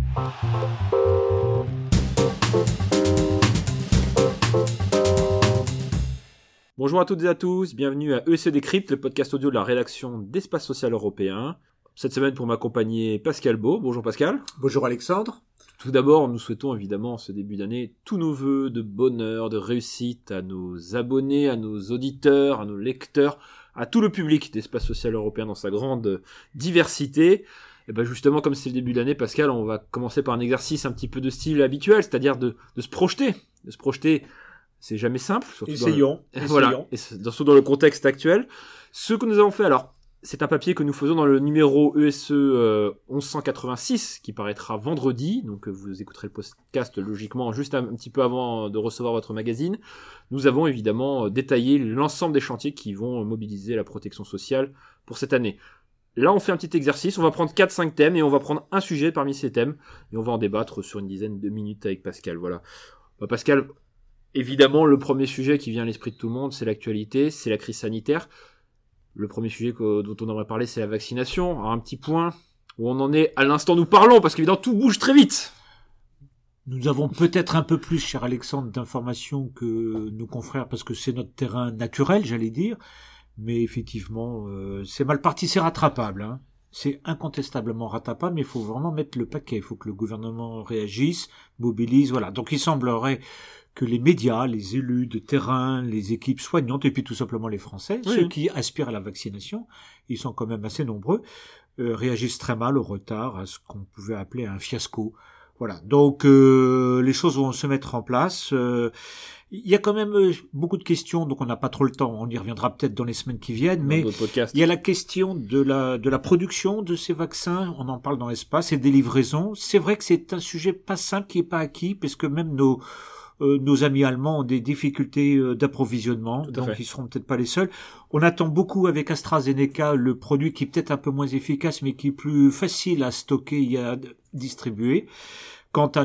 Bonjour à toutes et à tous, bienvenue à ESC Décrypte, le podcast audio de la rédaction d'Espace Social Européen. Cette semaine pour m'accompagner Pascal Beau. Bonjour Pascal. Bonjour Alexandre. Tout d'abord, nous souhaitons évidemment ce début d'année tous nos vœux de bonheur, de réussite à nos abonnés, à nos auditeurs, à nos lecteurs, à tout le public d'Espace Social Européen dans sa grande diversité. Et ben justement, comme c'est le début d'année, Pascal, on va commencer par un exercice un petit peu de style habituel, c'est-à-dire de se projeter. De se projeter, c'est jamais simple. Surtout Essayons. Voilà, et surtout dans le contexte actuel. Ce que nous avons fait, alors, c'est un papier que nous faisons dans le numéro ESE 1186 qui paraîtra vendredi, donc vous écouterez le podcast logiquement juste un petit peu avant de recevoir votre magazine. Nous avons évidemment détaillé l'ensemble des chantiers qui vont mobiliser la protection sociale pour cette année. Là, on fait un petit exercice, on va prendre 4-5 thèmes et on va prendre un sujet parmi ces thèmes et on va en débattre sur une dizaine de minutes avec Pascal. Voilà. Pascal, évidemment, le premier sujet qui vient à l'esprit de tout le monde, c'est l'actualité, c'est la crise sanitaire. Le premier sujet dont on aimerait parler, c'est la vaccination. Alors, un petit point où on en est à l'instant nous parlons, parce qu'évidemment tout bouge très vite. Nous avons peut-être un peu plus, cher Alexandre, d'informations que nos confrères, parce que c'est notre terrain naturel, j'allais dire. Mais effectivement, c'est mal parti, c'est rattrapable. Hein. C'est incontestablement rattrapable, mais il faut vraiment mettre le paquet. Il faut que le gouvernement réagisse, mobilise, voilà. Donc il semblerait que les médias, les élus de terrain, les équipes soignantes, et puis tout simplement les Français, ceux qui aspirent à la vaccination, ils sont quand même assez nombreux, réagissent très mal au retard, à ce qu'on pouvait appeler un fiasco. Voilà, donc les choses vont se mettre en place. Il y a quand même beaucoup de questions, donc on n'a pas trop le temps, on y reviendra peut-être dans les semaines qui viennent, mais il y a la question de la production de ces vaccins, on en parle dans l'espace, et des livraisons. C'est vrai que c'est un sujet pas simple, qui est pas acquis, parce que même nos amis allemands ont des difficultés d'approvisionnement, donc ils seront peut-être pas les seuls. On attend beaucoup avec AstraZeneca le produit qui est peut-être un peu moins efficace, mais qui est plus facile à stocker et à distribuer. Quant à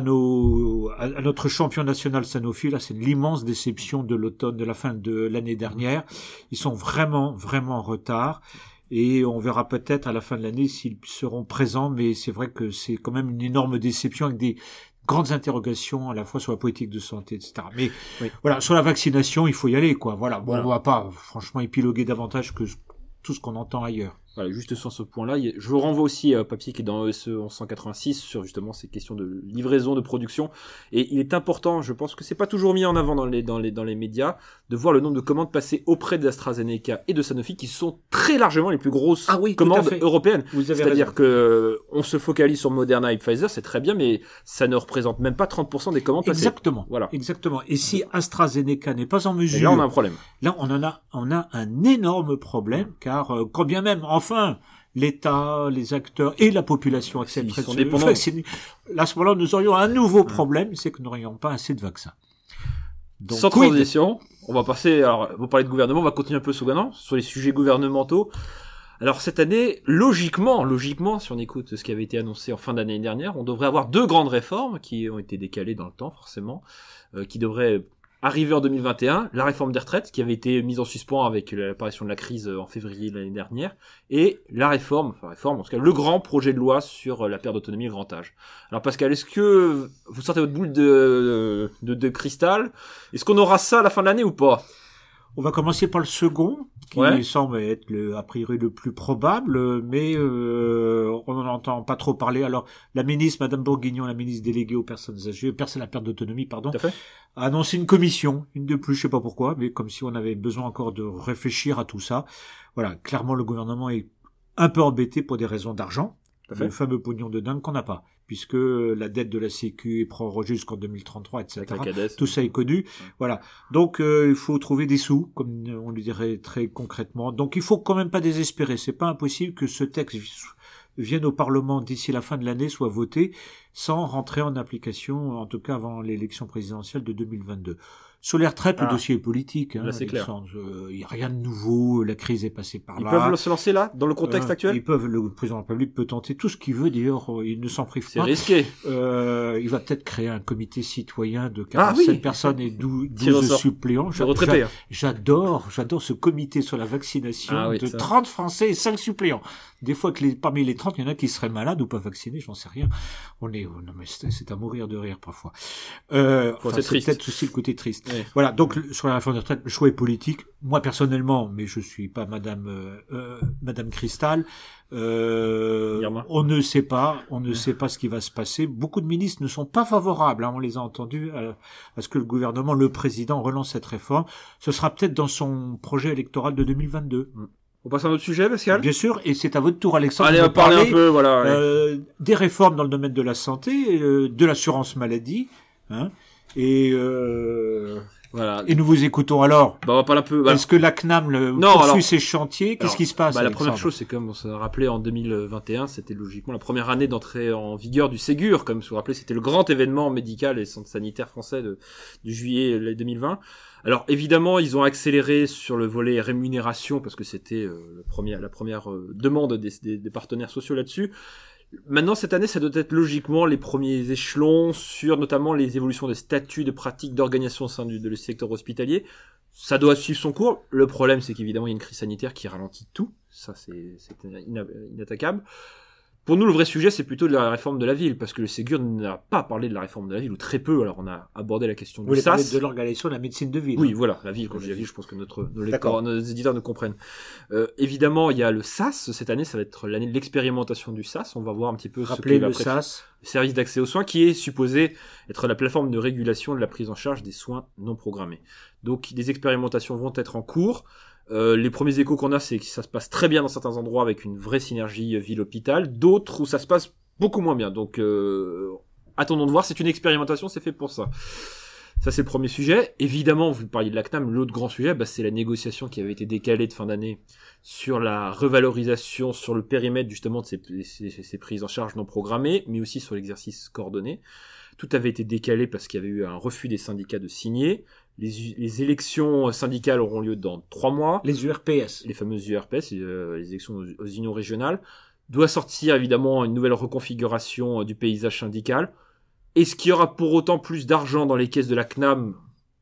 notre champion national Sanofi, là, c'est l'immense déception de l'automne, de la fin de l'année dernière. Ils sont vraiment, vraiment en retard. Et on verra peut-être à la fin de l'année s'ils seront présents, mais c'est vrai que c'est quand même une énorme déception avec des grandes interrogations à la fois sur la politique de santé, etc. Mais voilà, sur la vaccination, il faut y aller, quoi. Voilà. Bon, on va pas, franchement, épiloguer davantage que tout ce qu'on entend ailleurs. Voilà, juste sur ce point-là, je renvoie aussi à un papier qui est dans ESE 1186 sur justement ces questions de livraison, de production. Et il est important, je pense que c'est pas toujours mis en avant dans les médias, de voir le nombre de commandes passées auprès d'AstraZeneca et de Sanofi, qui sont très largement les plus grosses commandes européennes. C'est-à-dire que on se focalise sur Moderna et Pfizer, c'est très bien, mais ça ne représente même pas 30% des commandes passées. Exactement. Voilà. Exactement. Et si AstraZeneca n'est pas en mesure, et là on a un problème. Là on a un énorme problème, car quand bien même, enfin, l'État, les acteurs et la population accepteraient de se vacciner. Là, à ce moment-là, nous aurions un nouveau problème, c'est que nous n'aurions pas assez de vaccins. Donc, sans transition, on va passer, alors, vous parlez de gouvernement, on va continuer un peu sur les sujets gouvernementaux. Alors, cette année, logiquement, si on écoute ce qui avait été annoncé en fin d'année dernière, on devrait avoir 2 grandes réformes qui ont été décalées dans le temps, forcément, qui devraient arrivé en 2021, la réforme des retraites qui avait été mise en suspens avec l'apparition de la crise en février de l'année dernière, et la réforme, en tout cas le grand projet de loi sur la perte d'autonomie et le grand âge. Alors Pascal, est-ce que vous sortez votre boule de cristal? Est-ce qu'on aura ça à la fin de l'année ou pas? On va commencer par le second, qui semble être a priori le plus probable, mais on n'en entend pas trop parler. Alors, la ministre, Madame Bourguignon, la ministre déléguée aux personnes âgées, à la perte d'autonomie, a annoncé une commission, une de plus, je sais pas pourquoi, mais comme si on avait besoin encore de réfléchir à tout ça. Voilà, clairement, le gouvernement est un peu embêté pour des raisons d'argent, le fameux pognon de dingue qu'on n'a pas, puisque la dette de la Sécu est prorogée jusqu'en 2033, etc. Tout ça est connu. Ouais. Voilà. Donc, il faut trouver des sous, comme on le dirait très concrètement. Donc, il faut quand même pas désespérer. C'est pas impossible que ce texte vienne au Parlement d'ici la fin de l'année, soit voté, sans rentrer en application, en tout cas avant l'élection présidentielle de 2022. Sur les retraites, le dossier est politique. Là, c'est clair. Il n'y a rien de nouveau. La crise est passée par là. Ils peuvent se lancer là, dans le contexte actuel. Le président de la République peut tenter tout ce qu'il veut. D'ailleurs, il ne s'en prive pas. C'est risqué. Il va peut-être créer un comité citoyen de 47 personnes et 12 suppléants. J'adore ce comité sur la vaccination de 30 Français et 5 suppléants. Des fois que parmi les 30, il y en a qui seraient malades ou pas vaccinés, j'en sais rien. Non, mais c'est à mourir de rire parfois. C'est triste. Peut-être aussi le côté triste. Ouais. Voilà. Donc, sur la réforme des retraites, le choix est politique. Moi, personnellement, mais je suis pas Madame Cristal, on ne sait pas ce qui va se passer. Beaucoup de ministres ne sont pas favorables, on les a entendus, à ce que le gouvernement, le président relance cette réforme. Ce sera peut-être dans son projet électoral de 2022. On passe à un autre sujet, Pascal? Bien sûr, et c'est à votre tour, Alexandre. Allez, on parler un peu, des réformes dans le domaine de la santé, de l'assurance maladie, et nous vous écoutons alors. On va parler un peu. Est-ce que la CNAM poursuit ses chantiers? Qu'est-ce qui se passe? La première chose, c'est comme on s'est rappelé en 2021, c'était logiquement la première année d'entrée en vigueur du Ségur, comme vous vous rappelez, c'était le grand événement médical et sanitaire français du juillet 2020. Alors évidemment, ils ont accéléré sur le volet rémunération parce que c'était la première demande des partenaires sociaux là-dessus. Maintenant, cette année, ça doit être logiquement les premiers échelons sur notamment les évolutions des statuts de pratiques d'organisation au sein du secteur hospitalier. Ça doit suivre son cours. Le problème, c'est qu'évidemment, il y a une crise sanitaire qui ralentit tout. Ça, c'est inattaquable. Pour nous, le vrai sujet, c'est plutôt de la réforme de la ville, parce que le Ségur n'a pas parlé de la réforme de la ville, ou très peu. Alors, on a abordé la question du SAS. De l'organisation de la médecine de ville. Oui, voilà, la ville. Quand je dis la ville, je pense que nos éditeurs nous comprennent. Évidemment, il y a le SAS. Cette année, ça va être l'année de l'expérimentation du SAS. On va voir un petit peu SAS. Le service d'accès aux soins, qui est supposé être la plateforme de régulation de la prise en charge des soins non programmés. Donc, des expérimentations vont être en cours. Les premiers échos qu'on a, c'est que ça se passe très bien dans certains endroits avec une vraie synergie ville-hôpital, d'autres où ça se passe beaucoup moins bien. Donc, attendons de voir. C'est une expérimentation, c'est fait pour ça. Ça, c'est le premier sujet. Évidemment, vous parliez de la CNAM, l'autre grand sujet, c'est la négociation qui avait été décalée de fin d'année sur la revalorisation sur le périmètre justement de ces prises en charge non programmées, mais aussi sur l'exercice coordonné. Tout avait été décalé parce qu'il y avait eu un refus des syndicats de signer. Les élections syndicales auront lieu dans 3 mois. Les URPS. Les fameuses URPS, les élections aux unions régionales. Doit sortir évidemment une nouvelle reconfiguration du paysage syndical. Est-ce qu'il y aura pour autant plus d'argent dans les caisses de la CNAM?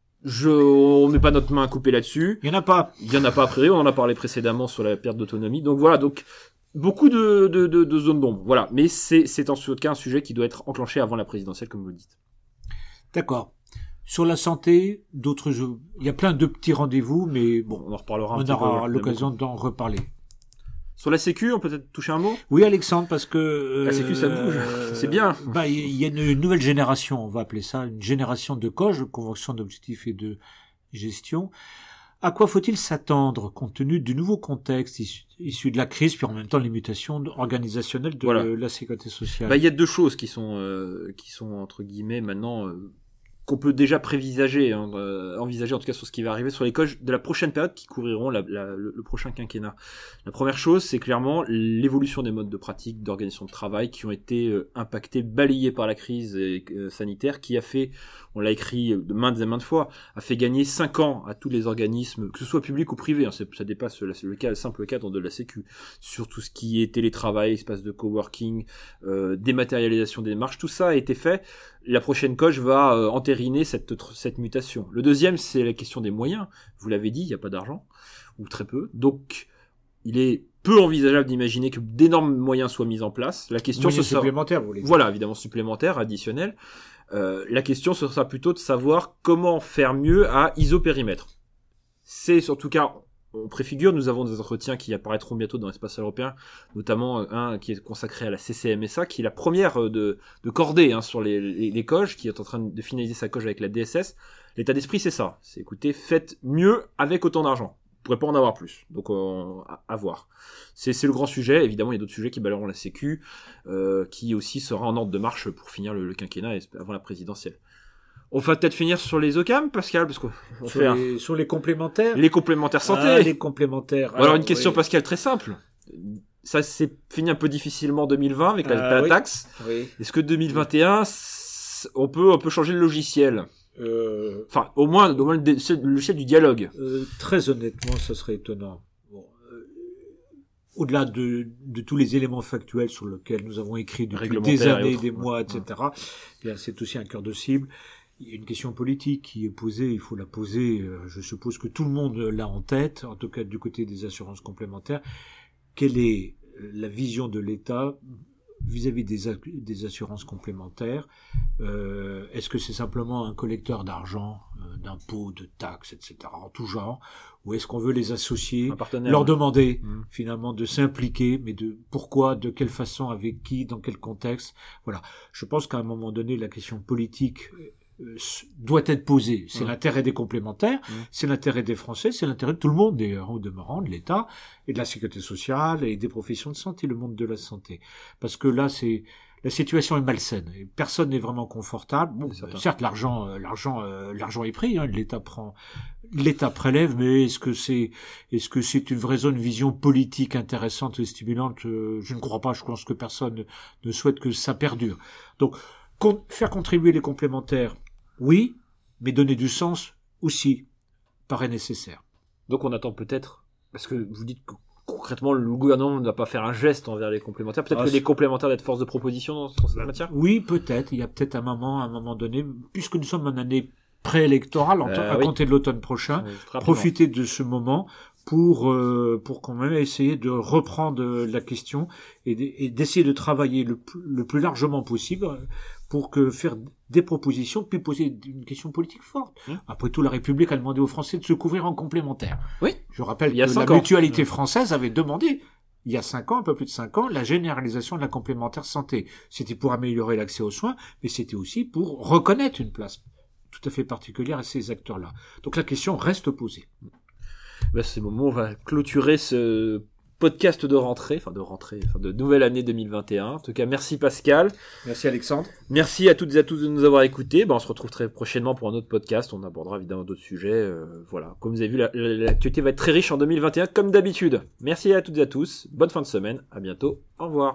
On met pas notre main à couper là-dessus. Il y en a pas. Il y en a pas a priori, on en a parlé précédemment sur la perte d'autonomie. Donc voilà, beaucoup de zones d'ombre. Voilà, mais c'est en tout cas un sujet qui doit être enclenché avant la présidentielle, comme vous le dites. D'accord. Sur la santé, il y a plein de petits rendez-vous, mais bon, on en reparlera on aura l'occasion d'en reparler. Sur la Sécu, on peut peut-être toucher un mot? Oui, Alexandre, parce que... la Sécu, ça bouge. C'est bien. Il y a une nouvelle génération, on va appeler ça, une génération de COG, Convention d'objectifs et de gestion. À quoi faut-il s'attendre, compte tenu du nouveau contexte issu de la crise, puis en même temps les mutations organisationnelles de la sécurité sociale? Il y a 2 choses qui sont entre guillemets maintenant... qu'on peut déjà envisager en tout cas sur ce qui va arriver sur les coges de la prochaine période qui couvriront le prochain quinquennat. La première chose, c'est clairement l'évolution des modes de pratique d'organisation de travail qui ont été impactés, balayés par la crise sanitaire, qui a fait, on l'a écrit de maintes et maintes fois, a fait gagner 5 ans à tous les organismes, que ce soit public ou privé, ça dépasse le simple cadre de la Sécu, sur tout ce qui est télétravail, espace de coworking, dématérialisation des démarches, tout ça a été fait. La prochaine coche va entériner cette mutation. Le deuxième, c'est la question des moyens. Vous l'avez dit, il n'y a pas d'argent, ou très peu. Donc, il est peu envisageable d'imaginer que d'énormes moyens soient mis en place. La question supplémentaires, vous voulez dire. Voilà, évidemment supplémentaires, additionnels. La question, ce sera plutôt de savoir comment faire mieux à isopérimètre. C'est en tout cas... On préfigure, nous avons des entretiens qui apparaîtront bientôt dans l'espace européen, notamment un qui est consacré à la CCMSA, qui est la première de cordée sur les coges, qui est en train de finaliser sa coge avec la DSS. L'état d'esprit, c'est ça. C'est écoutez, faites mieux avec autant d'argent. Vous pourrez pas en avoir plus. Donc, à voir. C'est le grand sujet. Évidemment, il y a d'autres sujets qui balayeront la Sécu, qui aussi sera en ordre de marche pour finir le quinquennat avant la présidentielle. On va peut-être finir sur les OCAM, Pascal, parce qu'on sur les complémentaires. Les complémentaires santé. Les complémentaires. Alors une question, Pascal, très simple. Ça s'est fini un peu difficilement en 2020 avec la taxe. Oui. Est-ce que 2021, on peut changer le logiciel? Enfin, au moins le chef du dialogue. Très honnêtement, ça serait étonnant. Bon, au-delà de tous les éléments factuels sur lesquels nous avons écrit depuis des années, des mois, etc., bien, c'est aussi un cœur de cible. Il y a une question politique qui est posée, il faut la poser. Je suppose que tout le monde l'a en tête, en tout cas du côté des assurances complémentaires. Quelle est la vision de l'État vis-à-vis des assurances complémentaires? Est-ce que c'est simplement un collecteur d'argent, d'impôts, de taxes, etc., en tout genre, ou est-ce qu'on veut les associer, leur demander finalement de s'impliquer, mais de pourquoi, de quelle façon, avec qui, dans quel contexte? Voilà. Je pense qu'à un moment donné, la question politique doit être posée. C'est l'intérêt des complémentaires, c'est l'intérêt des Français, c'est l'intérêt de tout le monde, d'ailleurs, au demeurant, de l'État, et de la sécurité sociale, et des professions de santé, le monde de la santé. Parce que là, la situation est malsaine. Et personne n'est vraiment confortable. Bon, certes, l'argent est pris, hein, l'État prélève, mais est-ce que c'est une vraie zone, vision politique intéressante et stimulante? Je ne crois pas. Je pense que personne ne souhaite que ça perdure. Donc, faire contribuer les complémentaires, oui, mais donner du sens aussi paraît nécessaire. Donc on attend peut-être, parce que vous dites que concrètement le gouvernement ne va pas faire un geste envers les complémentaires, peut-être que les complémentaires doivent être force de proposition dans cette matière. Oui, peut-être, il y a peut-être à un moment donné, puisque nous sommes en année préélectorale, à compter de l'automne prochain, profiter de ce moment pour quand même essayer de reprendre la question et d'essayer de travailler le plus largement possible pour faire des propositions, puis poser une question politique forte. Après tout, la République a demandé aux Français de se couvrir en complémentaire. Oui. Je rappelle que la Mutualité française avait demandé, il y a 5 ans, un peu plus de 5 ans, la généralisation de la complémentaire santé. C'était pour améliorer l'accès aux soins, mais c'était aussi pour reconnaître une place tout à fait particulière à ces acteurs-là. Donc la question reste posée. C'est le moment où on va clôturer ce podcast de nouvelle année 2021. En tout cas, merci Pascal. Merci Alexandre. Merci à toutes et à tous de nous avoir écoutés. On se retrouve très prochainement pour un autre podcast. On abordera évidemment d'autres sujets. Voilà. Comme vous avez vu, l'actualité va être très riche en 2021, comme d'habitude. Merci à toutes et à tous. Bonne fin de semaine. À bientôt. Au revoir.